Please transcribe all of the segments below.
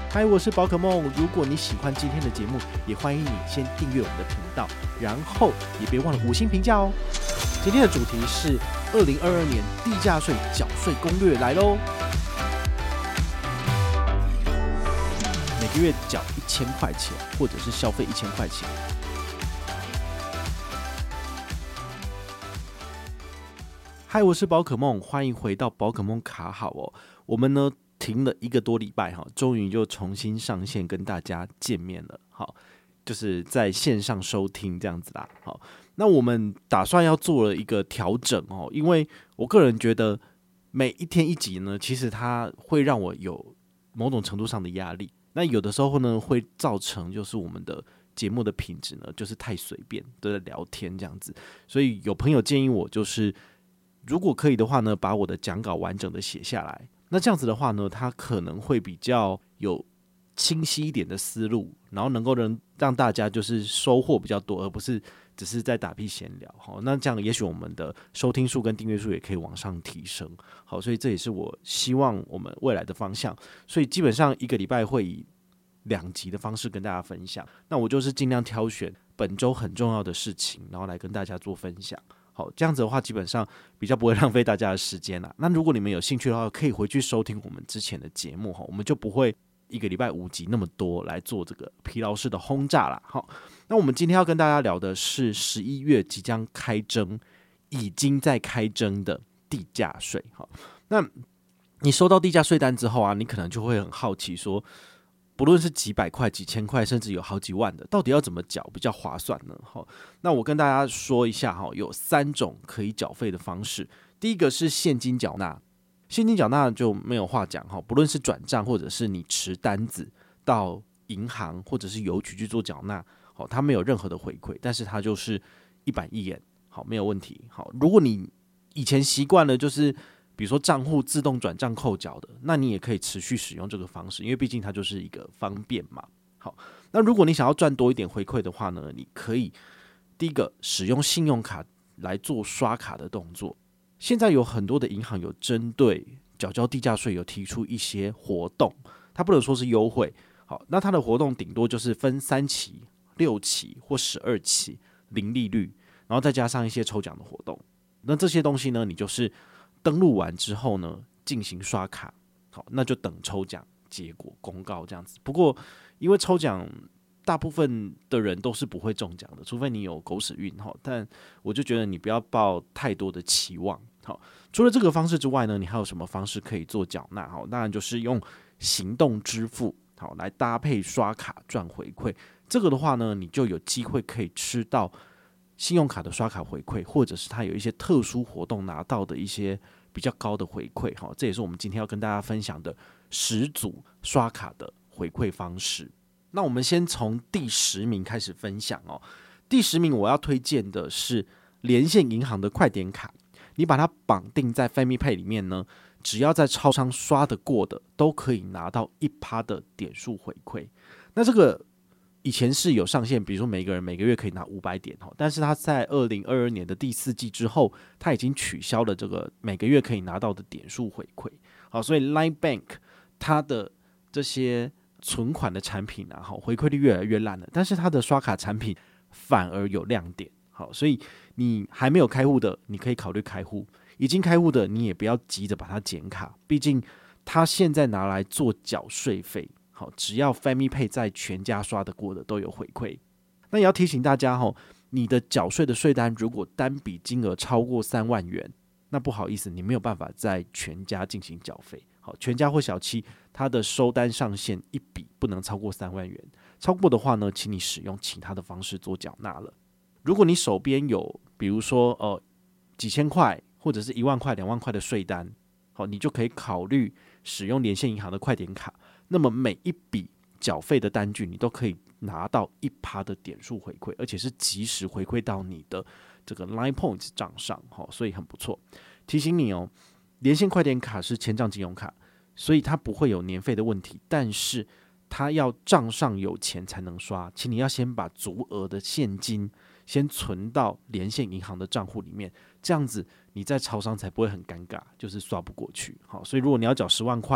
嗨，我是宝可梦。如果你喜欢今天的节目，也欢迎你先订阅我们的频道，然后也别忘了5星评价哦。今天的主题是2022年地价税缴税攻略来喽。每个月缴1000块钱，或者是消费1000块钱。嗨，我是宝可梦，欢迎回到宝可梦卡好哦。我们呢停了1个多礼拜哈，终于就重新上线跟大家见面了。好，就是在线上收听这样子啦。好，那我们打算要做了一个调整哦，因为我个人觉得每一天一集呢，其实它会让我有某种程度上的压力。那有的时候呢，会造成就是我们的节目的品质呢，就是太随便都在聊天这样子。所以有朋友建议我，就是如果可以的话呢，把我的讲稿完整的写下来。那这样子的话呢，它可能会比较有清晰一点的思路，然后能够让大家就是收获比较多，而不是只是在打屁闲聊。好，那这样也许我们的收听数跟订阅数也可以往上提升。好，所以这也是我希望我们未来的方向。所以基本上1个礼拜会以2集的方式跟大家分享。那我就是尽量挑选本周很重要的事情，然后来跟大家做分享。好，这样子的话，基本上比较不会浪费大家的时间啦。那如果你们有兴趣的话，可以回去收听我们之前的节目，我们就不会1个礼拜5集那么多来做这个疲劳式的轰炸啦。好，那我们今天要跟大家聊的是11月即将开征、已经在开征的地价税。好，那你收到地价税单之后啊，你可能就会很好奇说，不论是几百块、几千块，甚至有好几万的，到底要怎么缴比较划算呢？那我跟大家说一下，有3种可以缴费的方式。第一个是现金缴纳，现金缴纳就没有话讲，不论是转账或者是你持单子到银行或者是邮局去做缴纳，它没有任何的回馈，但是它就是一板一眼，好，没有问题。好，如果你以前习惯了就是比如说账户自动转账扣缴的，那你也可以持续使用这个方式，因为毕竟它就是一个方便嘛。好，那如果你想要赚多一点回馈的话呢，你可以第一个使用信用卡来做刷卡的动作。现在有很多的银行有针对缴交地价税有提出一些活动，它不能说是优惠。好，那它的活动顶多就是分3期、6期或12期零利率，然后再加上一些抽奖的活动。那这些东西呢，你就是登录完之后呢，进行刷卡，好，那就等抽奖结果公告这样子。不过，因为抽奖大部分的人都是不会中奖的，除非你有狗屎运，但我就觉得你不要抱太多的期望。好，除了这个方式之外呢，你还有什么方式可以做缴纳？好，当然就是用行动支付，好，来搭配刷卡赚回馈。这个的话呢，你就有机会可以吃到信用卡的刷卡回馈，或者是它有一些特殊活动拿到的一些比较高的回馈。这也是我们今天要跟大家分享的10组刷卡的回馈方式。那我们先从第10名开始分享哦。第10名我要推荐的是连线银行的快点卡，你把它绑定在 FamiPay 里面呢，只要在超商刷得过的，都可以拿到1%的点数回馈。那这个以前是有上限，比如说每个人每个月可以拿500点，但是它在2022年的第4季之后，它已经取消了这个每个月可以拿到的点数回馈。好，所以 Line Bank 它的这些存款的产品啊，回馈率越来越烂了，但是它的刷卡产品反而有亮点。好，所以你还没有开户的，你可以考虑开户；已经开户的，你也不要急着把它剪卡，毕竟它现在拿来做缴税费。好，只要 FamiPay 在全家刷得过的都有回馈。那也要提醒大家，你的缴税的税单如果单笔金额超过3万元，那不好意思，你没有办法在全家进行缴费。好，全家或小七它的收单上限一笔不能超过3万元，超过的话呢，请你使用其他的方式做缴纳了。如果你手边有比如说几千块或者是1万块、2万块的税单，好，你就可以考虑使用连线银行的快点卡。那么每一笔缴费的单据，你都可以拿到1%的点数回馈，而且是即时回馈到你的这个 Line Points 账上，所以很不错。提醒你哦，连线快点卡是签账金融卡，所以它不会有年费的问题，但是它要账上有钱才能刷，请你要先把足额的现金先存到连线银行的账户里面，这样子你在超商才不会很尴尬，就是刷不过去。好，所以如果你要缴10万块，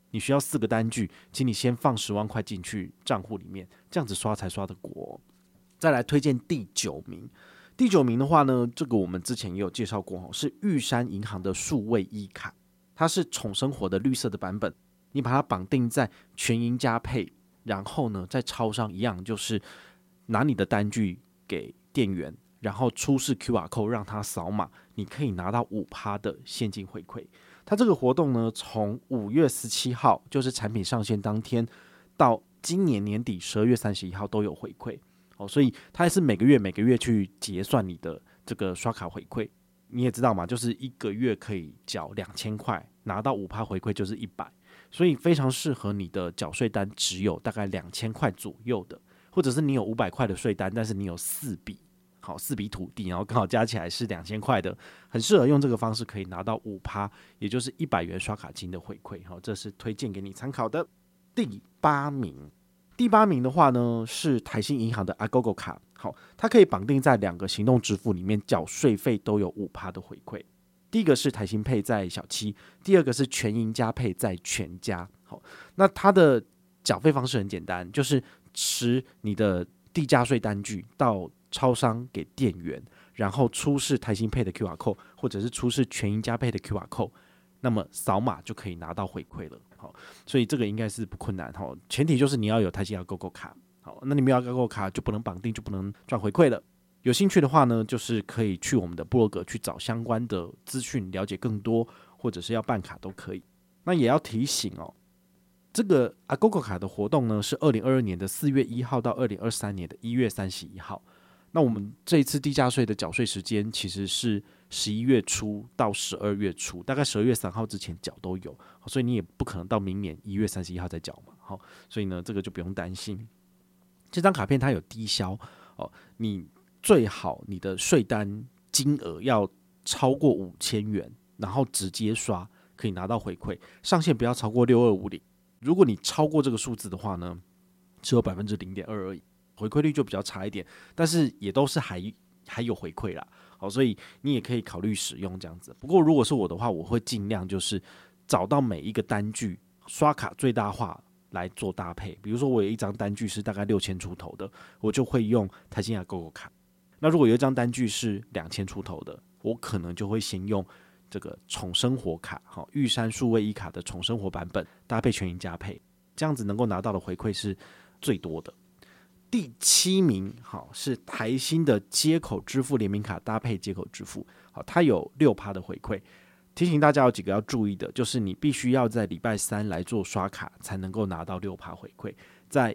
你需要4个单据，请你先放10万块进去账户里面，这样子刷才刷得过哦。再来推荐第9名，第9名的话呢，这个我们之前也有介绍过，是玉山银行的数位一卡，它是宠生活的绿色的版本，你把它绑定在全银加配，然后呢在超商一样，就是拿你的单据给店员，然后出示 QR code 让他扫码，你可以拿到5%的现金回馈。它这个活动呢，从5月17号，就是产品上线当天，到今年年底12月31号都有回馈哦，所以它也是每个月去结算你的这个刷卡回馈。你也知道嘛，就是1个月可以缴2000块，拿到5%回馈就是100，所以非常适合你的缴税单只有大概2000块左右的，或者是你有500块的税单，但是你有4笔土地，然后刚好加起来是2000块的，很适合用这个方式可以拿到5%，也就是100元刷卡金的回馈。好，这是推荐给你参考的。第8名的话呢，是台新银行的 Agogo 卡，好，它可以绑定在2个行动支付里面，缴税费都有5%的回馈。第一个是台新配在小七，第二个是全银加配在全家。好，那它的缴费方式很简单，就是持你的地价税单据到超商给店员，然后出示台新配的 QR code， 或者是出示全银加配的 QR code， 那么扫码就可以拿到回馈了。好，所以这个应该是不困难。好，前提就是你要有台新Agogo卡。好，那你没有Agogo卡就不能绑定，就不能赚回馈了。有兴趣的话呢，就是可以去我们的部落格去找相关的资讯，了解更多，或者是要办卡都可以。那也要提醒哦，这个Agogo卡的活动呢是2022年的4月1号到2023年的1月31号。那我们这一次地价税的缴税时间其实是11月初到12月初，大概12月3号之前缴都有，所以你也不可能到明年1月31号再缴嘛。好，所以呢这个就不用担心。这张卡片它有低消哦，你最好你的税单金额要超过5000元，然后直接刷可以拿到回馈，上限不要超过6250。如果你超过这个数字的话呢，只有 0.2% 而已，回馈率就比较差一点，但是也都是还有回馈啦。好，所以你也可以考虑使用这样子。不过如果是我的话，我会尽量就是找到每一个单据刷卡最大化来做搭配。比如说我有一张单据是大概6000出头的，我就会用台新Agogo卡。那如果有一张单据是2000出头的，我可能就会先用这个宠生活卡，玉山数位一卡的宠生活版本搭配全银加配，这样子能够拿到的回馈是最多的。第7名是台新的接口支付联名卡搭配接口支付，它有6%的回馈。提醒大家有几个要注意的，就是你必须要在礼拜3来做刷卡才能够拿到6%回馈，在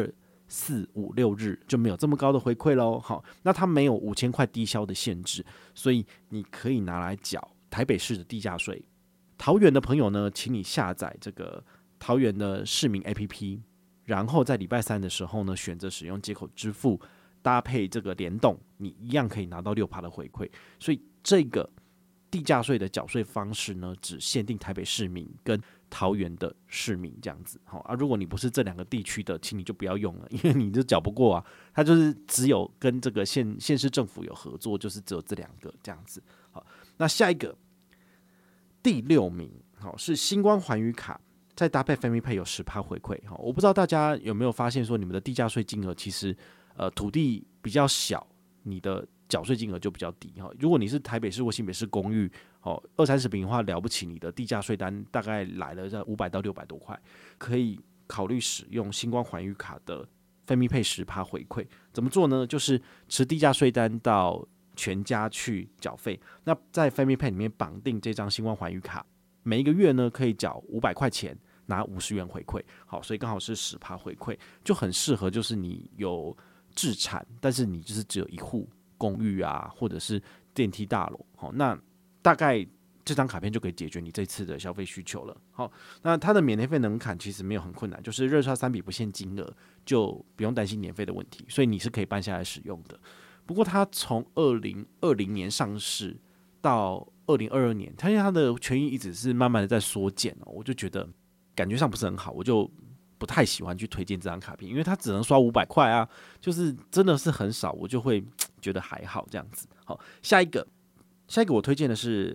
1、2、4、5、6日就没有这么高的回馈咯。好，那它没有5000块低消的限制，所以你可以拿来缴台北市的地价税。桃园的朋友呢，请你下载这个桃园的市民 APP， 然后在礼拜3的时候呢，选择使用接口支付搭配这个联动，你一样可以拿到6%的回馈。所以这个地价税的缴税方式呢，只限定台北市民跟桃园的市民这样子。如果你不是这2个地区的，请你就不要用了，因为你就缴不过啊。它就是只有跟这个县市政府有合作，就是只有这2个这样子。好，那下一个第6名是星光环宇卡，再搭配 Family Pay 有10%回馈。我不知道大家有没有发现说，你们的地价税金额其实土地比较小，你的缴税金额就比较低。如果你是台北市或新北市公寓，20-30坪的话，了不起，你的地价税单大概来了在500到600多块，可以考虑使用星光环宇卡的 Family Pay 10%回馈。怎么做呢？就是持地价税单到全家去缴费，那在 Family Pay 里面绑定这张星光环宇卡，每一个月呢可以缴500块钱，拿50元回馈。好，所以刚好是10%回馈，就很适合就是你有置产，但是你就是只有一户公寓啊，或者是电梯大楼。好，那大概这张卡片就可以解决你这次的消费需求了。好，那它的免年费门槛其实没有很困难，就是热刷3笔不限金额，就不用担心年费的问题，所以你是可以办下来使用的。不过它从2020年上市到2022年，因为它的权益一直是慢慢的在缩减，我就觉得感觉上不是很好，我就不太喜欢去推荐这张卡片，因为它只能刷500块啊，就是真的是很少，我就会觉得还好这样子。好，下一个我推荐的是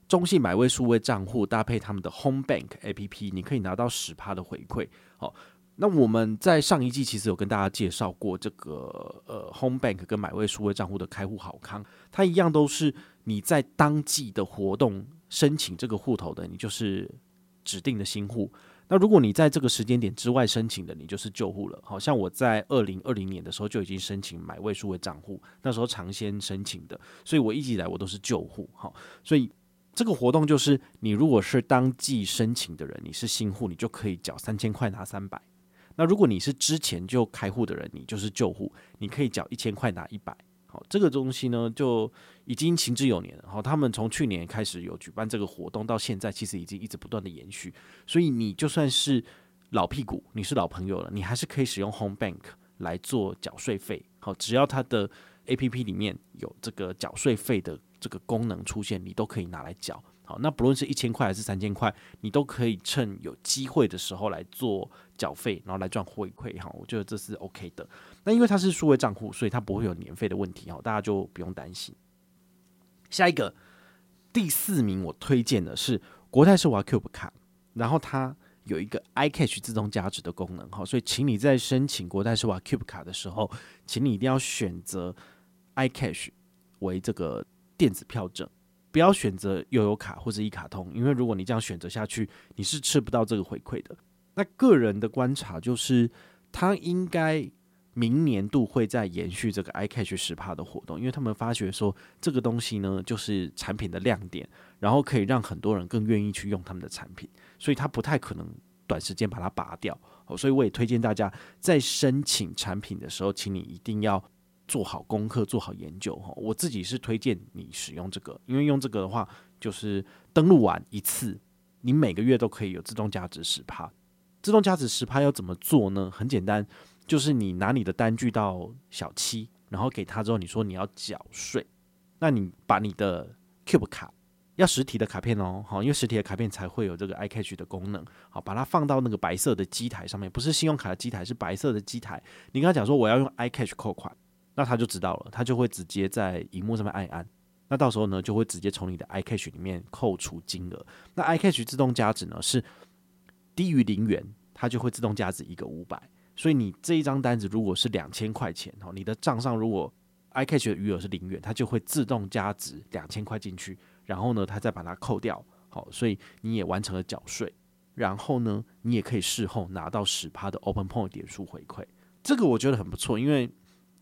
中信买位数位账户搭配他们的 Home Bank APP， 你可以拿到 10% 的回馈。好，那我们在上一季其实有跟大家介绍过这个Home Bank 跟买位数位账户的开户好康，它一样都是你在当季的活动申请这个户头的，你就是指定的新户。那如果你在这个时间点之外申请的，你就是旧户了。好像我在2020年的时候就已经申请买位数位账户，那时候尝鲜申请的，所以我一直以来我都是旧户。好，所以这个活动就是你如果是当季申请的人，你是新户，你就可以缴3000块拿300。那如果你是之前就开户的人，你就是旧户，你可以缴1000块拿100。好，这个东西呢就已经行之有年了。好，他们从去年开始有举办这个活动，到现在其实已经一直不断的延续。所以你就算是老屁股，你是老朋友了，你还是可以使用 Home Bank 来做缴税费。好，只要它的 APP 里面有这个缴税费的这个功能出现，你都可以拿来缴。好，那不论是1000块还是3000块，你都可以趁有机会的时候来做缴费，然后来赚回馈。哈，我觉得这是 OK 的。那因为它是数位账户，所以它不会有年费的问题，大家就不用担心。下一个第4名我推荐的是国泰世华 Cube 卡，然后它有一个 iCash 自动加值的功能，所以请你在申请国泰世华 Cube 卡的时候，请你一定要选择 iCash 为这个电子票证，不要选择悠游卡或者一卡通，因为如果你这样选择下去，你是吃不到这个回馈的。那个人的观察就是，它应该明年度会再延续这个 iCash 10% 的活动，因为他们发觉说这个东西呢就是产品的亮点，然后可以让很多人更愿意去用他们的产品，所以他不太可能短时间把它拔掉。所以我也推荐大家在申请产品的时候，请你一定要做好功课，做好研究。我自己是推荐你使用这个，因为用这个的话，就是登录完一次，你每个月都可以有自动加值 10%。自动加值 10% 要怎么做呢？很简单，就是你拿你的单据到小七，然后给他之后，你说你要缴税，那你把你的 Cube 卡，要实体的卡片哦，好，因为实体的卡片才会有这个 iCash 的功能，好，把它放到那个白色的机台上面，不是信用卡的机台，是白色的机台。你跟他讲说我要用 iCash 扣款，那他就知道了，他就会直接在荧幕上面按一按，那到时候呢就会直接从你的 iCash 里面扣除金额。那 iCash 自动加值呢是低于0元，它就会自动加值一个500。所以你这一张单子如果是2000块钱，你的账上如果 iCash 的余额是0元，它就会自动加值2000块进去，然后呢，它再把它扣掉，好，所以你也完成了缴税，然后呢，你也可以事后拿到10%的 Open Point 点数回馈，这个我觉得很不错，因为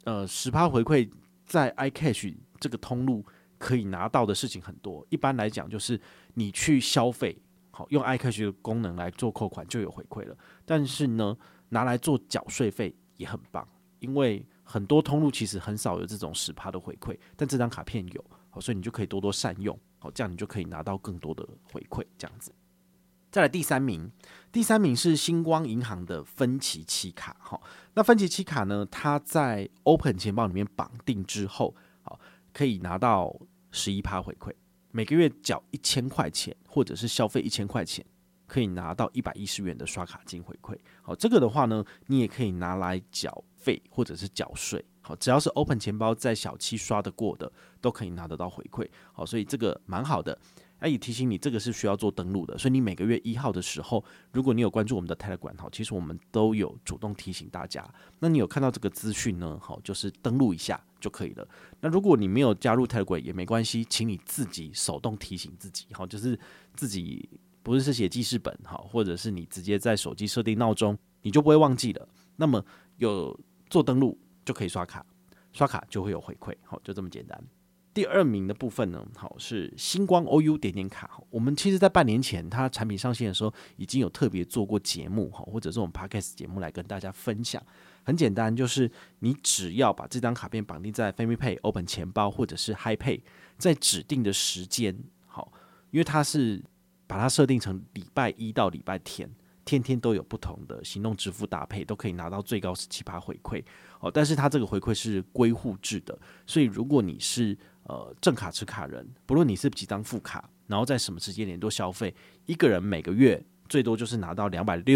10%回馈在 iCash 这个通路可以拿到的事情很多，一般来讲就是你去消费，好，用 iCash 的功能来做扣款就有回馈了，但是呢，拿来做缴税费也很棒，因为很多通路其实很少有这种10%的回馈，但这张卡片有，所以你就可以多多善用，这样你就可以拿到更多的回馈，这样子。再来第3名，第3名是星光银行的分期期卡。那分期期卡呢，它在 Open 钱包里面绑定之后，可以拿到11%回馈，每个月缴1000块钱，或者是消费1000块钱，可以拿到110元的刷卡金回馈。好，这个的话呢，你也可以拿来缴费或者是缴税。好，只要是 Open 钱包在小七刷得过的，都可以拿得到回馈。好，所以这个蛮好的。也提醒你，这个是需要做登录的，所以你每个月1号的时候，如果你有关注我们的 Telegram， 其实我们都有主动提醒大家。那你有看到这个资讯呢？好，就是登录一下就可以了。那如果你没有加入 Telegram 也没关系，请你自己手动提醒自己，好，就是自己不是写记事本，好，或者是你直接在手机设定闹钟，你就不会忘记了。那么有做登录就可以刷卡，刷卡就会有回馈，好，就这么简单。第2名的部分呢，好，是星光 OU 点点卡。我们其实在半年前它产品上线的时候，已经有特别做过节目，或者这种 podcast 节目来跟大家分享。很简单，就是你只要把这张卡片绑定在 FamilyPay、Open 钱包或者是 HiPay， 在指定的时间，好，因为它是把它设定成礼拜1到礼拜天，天天都有不同的行动支付搭配，都可以拿到最高17%回馈。但是它这个回馈是归户制的，所以如果你是正卡持卡人，不论你是几张副卡，然后在什么时间点都消费，一个人每个月最多就是拿到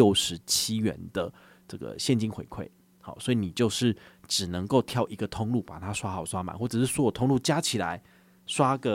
267元的这个现金回馈。好，所以你就是只能够挑一个通路把它刷好刷满，或者是所有通路加起来刷个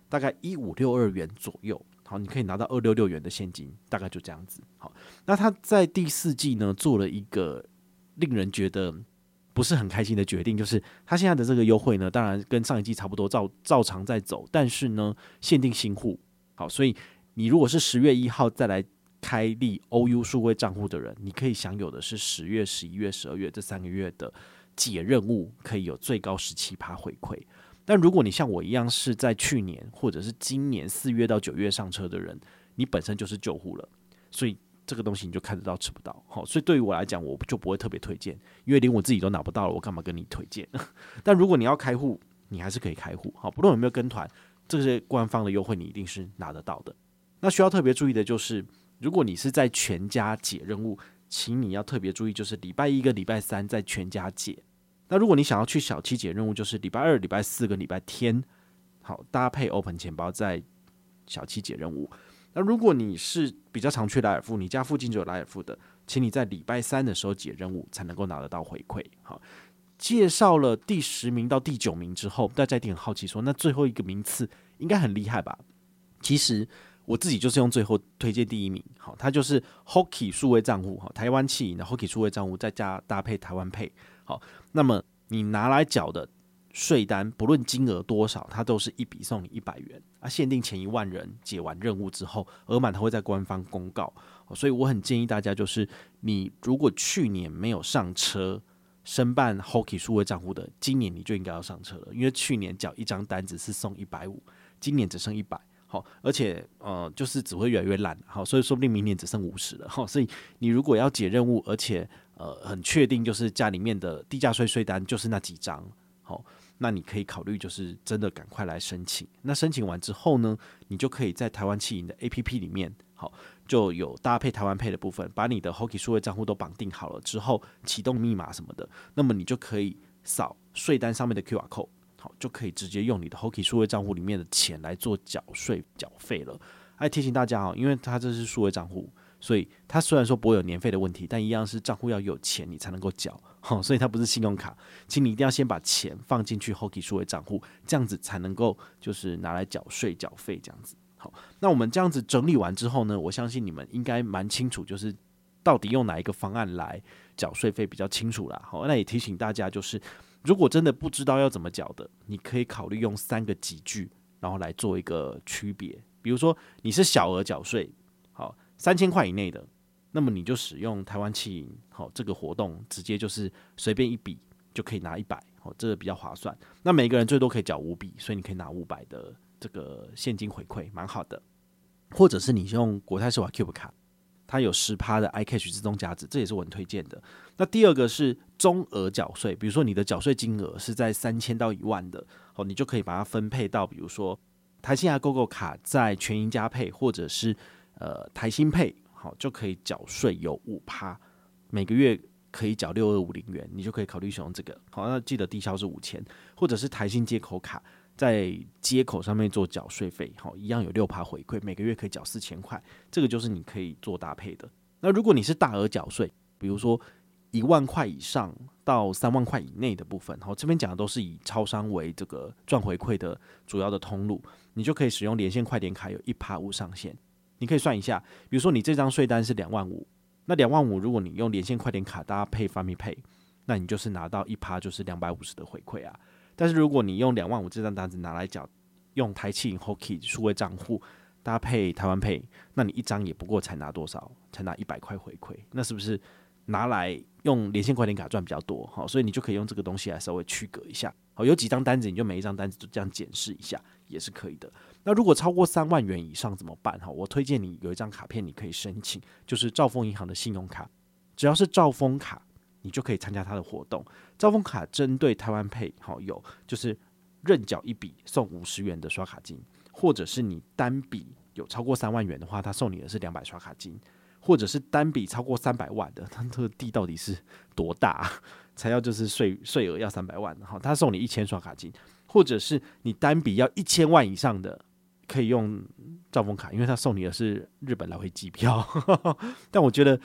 大概1562元左右。好，你可以拿到266元的现金，大概就这样子。好，那他在第4季呢做了一个令人觉得不是很开心的决定，就是他现在的这个优惠呢，当然跟上一季差不多，照常在走，但是呢限定新户。好，所以你如果是10月1号再来开立 OU 数位账户的人，你可以享有的是10月、11月、12月这3个月的解任务，可以有最高17%回馈。但如果你像我一样是在去年或者是今年4月到9月上车的人，你本身就是旧户了，所以这个东西你就看得到吃不到。好，所以对于我来讲，我就不会特别推荐，因为连我自己都拿不到了，我干嘛跟你推荐？但如果你要开户，你还是可以开户。好，不论有没有跟团，这些官方的优惠你一定是拿得到的。那需要特别注意的就是，如果你是在全家解任务，请你要特别注意，就是礼拜1跟礼拜3在全家解。那如果你想要去小七解任务，就是礼拜2、礼拜4跟礼拜天，好搭配 Open 钱包在小七解任务。那如果你是比较常去莱尔富，你家附近就有莱尔富的，请你在礼拜3的时候解任务，才能够拿得到回馈。好，介绍了第10名到第9名之后，大家一定很好奇说，那最后一个名次应该很厉害吧？其实我自己就是用最后推荐第1名，好，它就是 Hoki 数位账户，台湾企银的 Hoki 数位账户，再加搭配台湾Pay。好，那么你拿来缴的税单，不论金额多少，它都是一笔送你100元啊，限定前1万人解完任务之后，额满它会在官方公告。所以我很建议大家，就是你如果去年没有上车申办 Hoki 数位账户的，今年你就应该要上车了，因为去年缴一张单子是送150，今年只剩100。好，而且就是只会越来越烂，好，所以说不定明年只剩50了。好，所以你如果要解任务，而且很确定就是家里面的地价税税单就是那几张，好，那你可以考虑就是真的赶快来申请。那申请完之后呢，你就可以在台湾企银的 APP 里面，好，就有搭配台湾Pay的部分，把你的 Hoki 数位账户都绑定好了之后，启动密码什么的，那么你就可以扫税单上面的 QR code。好，就可以直接用你的 Hoki 数位账户里面的钱来做缴费了。还提醒大家因为它这是数位账户，所以它虽然说不会有年费的问题，但一样是账户要有钱你才能够缴，所以它不是信用卡，请你一定要先把钱放进去 Hoki 数位账户，这样子才能够就是拿来缴税缴费这样子。好，那我们这样子整理完之后呢，我相信你们应该蛮清楚，就是到底用哪一个方案来缴税费比较清楚啦。好，那也提醒大家就是。如果真的不知道要怎么缴的，你可以考虑用3个集聚，然后来做一个区别。比如说你是小额缴税，好3000块以内的，那么你就使用台湾企银，好这个活动直接就是随便一笔就可以拿100，好这个比较划算。那每个人最多可以缴5笔，所以你可以拿500的这个现金回馈，蛮好的。或者是你用国泰世华 Cube 卡。它有10%的 iCash 自动加值，这也是我很推荐的。那第二个是中额缴税，比如说你的缴税金额是在3000到1万的，你就可以把它分配到，比如说台新亚 GoGo 卡在全银加配，或者是台新配，好就可以缴税有5%，每个月可以缴6250元，你就可以考虑使用这个。好，那记得低消是5000，或者是台新接口卡。在接口上面做缴税费，一样有6%回馈，每个月可以缴4000块，这个就是你可以做搭配的。那如果你是大额缴税，比如说1万块以上到3万块以内的部分，这边讲的都是以超商为这个赚回馈的主要的通路，你就可以使用连线快点卡，有1%无上限。你可以算一下，比如说你这张税单是2万5，那2万5如果你用连线快点卡搭配 FamiPay， 那你就是拿到1%就是250的回馈啊。但是如果你用2万5这张单子拿来缴，用台企银 Hoki 数位账户搭配台湾Pay，那你一张也不过才拿多少？才拿100块回馈，那是不是拿来用连线快点卡赚比较多？好，所以你就可以用这个东西来稍微区隔一下。好，有几张单子你就每一张单子就这样检视一下，也是可以的。那如果超过3万元以上怎么办？我推荐你有一张卡片你可以申请，就是兆丰银行的信用卡，只要是兆丰卡。你就可以参加它的活动。兆丰卡针对台湾Pay有就是认缴一笔送50元的刷卡金，或者是你单笔有超过3万元的话，它送你的是200刷卡金，或者是单笔超过300万的，它这个地到底是多大才要就是税额要300万，它送你1000刷卡金，或者是你单笔要1000万以上的，可以用兆丰卡，因为它送你的是日本来回机票但我觉得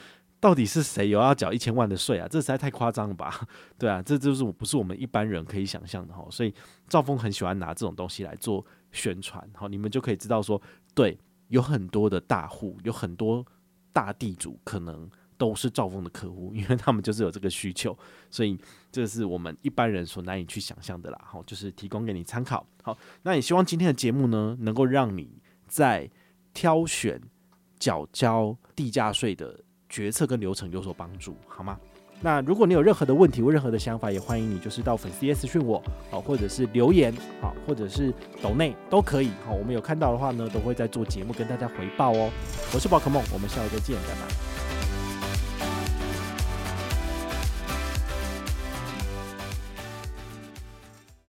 到底是谁有要缴1000万的税啊？这实在太夸张了吧？对啊，这就是不是我们一般人可以想象的。所以兆丰很喜欢拿这种东西来做宣传，你们就可以知道说，对，有很多的大户，有很多大地主可能都是兆丰的客户，因为他们就是有这个需求，所以这是我们一般人所难以去想象的啦。就是提供给你参考。好，那也希望今天的节目呢，能够让你在挑选缴交地价税的决策跟流程有所帮助，好吗？那如果你有任何的问题或任何的想法，也欢迎你就是到粉丝页私讯我，或者是留言，或者是抖内都可以。我们有看到的话呢，都会在做节目跟大家回报哦。我是宝可梦，我们下回再见，拜拜。